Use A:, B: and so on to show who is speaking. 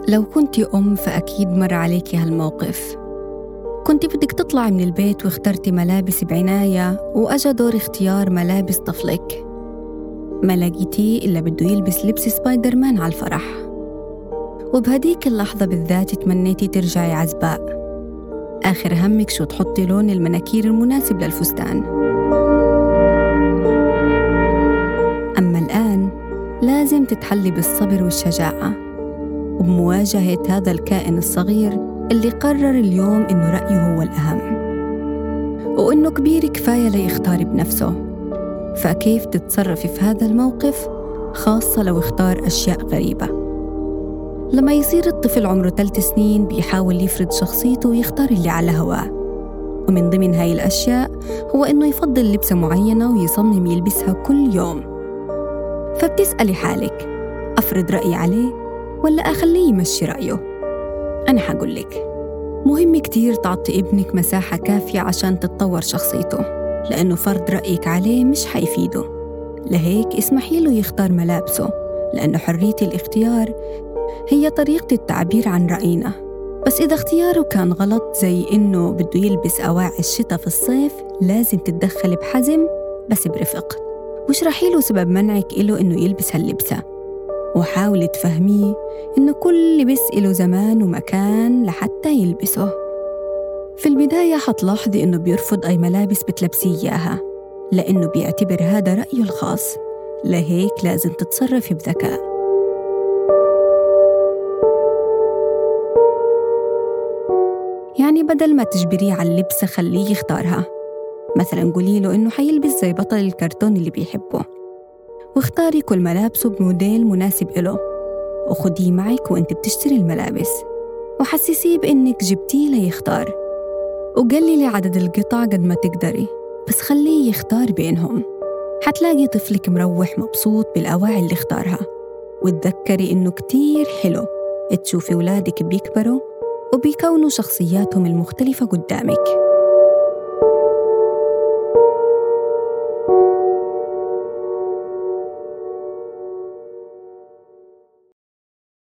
A: لو كنتي أم فأكيد مر عليكي هالموقف. كنتي بدك تطلعي من البيت واخترتي ملابس بعناية، وأجا دور اختيار ملابس طفلك. ما لقيتيه إلا بده يلبس لبس سبايدر مان على الفرح، وبهديك اللحظة بالذات تمنيتي ترجعي عزباء. آخر همك شو تحطي لون المناكير المناسب للفستان. أما الآن لازم تتحلي بالصبر والشجاعة، وبمواجهة هذا الكائن الصغير اللي قرر اليوم إنه رأيه هو الأهم، وإنه كبير كفاية ليختار بنفسه. فكيف تتصرفي في هذا الموقف، خاصة لو اختار أشياء غريبة؟ لما يصير الطفل عمره 3 سنين بيحاول يفرض شخصيته ويختار اللي على هواه، ومن ضمن هاي الأشياء هو إنه يفضل لبسة معينة ويصمم يلبسها كل يوم. فبتسألي حالك، أفرض رأيي عليه ولا أخليه يمشي رأيه؟ أنا حقولك، مهم كتير تعطي ابنك مساحة كافية عشان تتطور شخصيته، لأنه فرض رأيك عليه مش حيفيده. لهيك اسمحي له يختار ملابسه، لأنه حرية الاختيار هي طريقة التعبير عن رأينا. بس إذا اختياره كان غلط، زي إنه بده يلبس أواعي الشتاء في الصيف، لازم تتدخل بحزم بس برفق، واشرحي له سبب منعك إله إنه يلبس هاللبسة، وحاولي تفهميه إنه كل لبس إله زمان ومكان لحتى يلبسه. في البداية حتلاحظي إنه بيرفض أي ملابس بتلبسيه إياها، لأنه بيعتبر هذا رأيه الخاص. لهيك لازم تتصرفي بذكاء. يعني بدل ما تجبريه على اللبسة، خليه يختارها. مثلا قولي له إنه حيلبس زي بطل الكرتون اللي بيحبه، واختاري كل ملابسه بموديل مناسب إله، وخديه معك وإنت بتشتري الملابس، وحسسيه بإنك جبتيه ليختار. وقللي عدد القطع قد ما تقدري، بس خليه يختار بينهم. حتلاقي طفلك مروح مبسوط بالأواعي اللي اختارها. وتذكري إنه كتير حلو تشوفي ولادك بيكبروا وبيكونوا شخصياتهم المختلفة قدامك.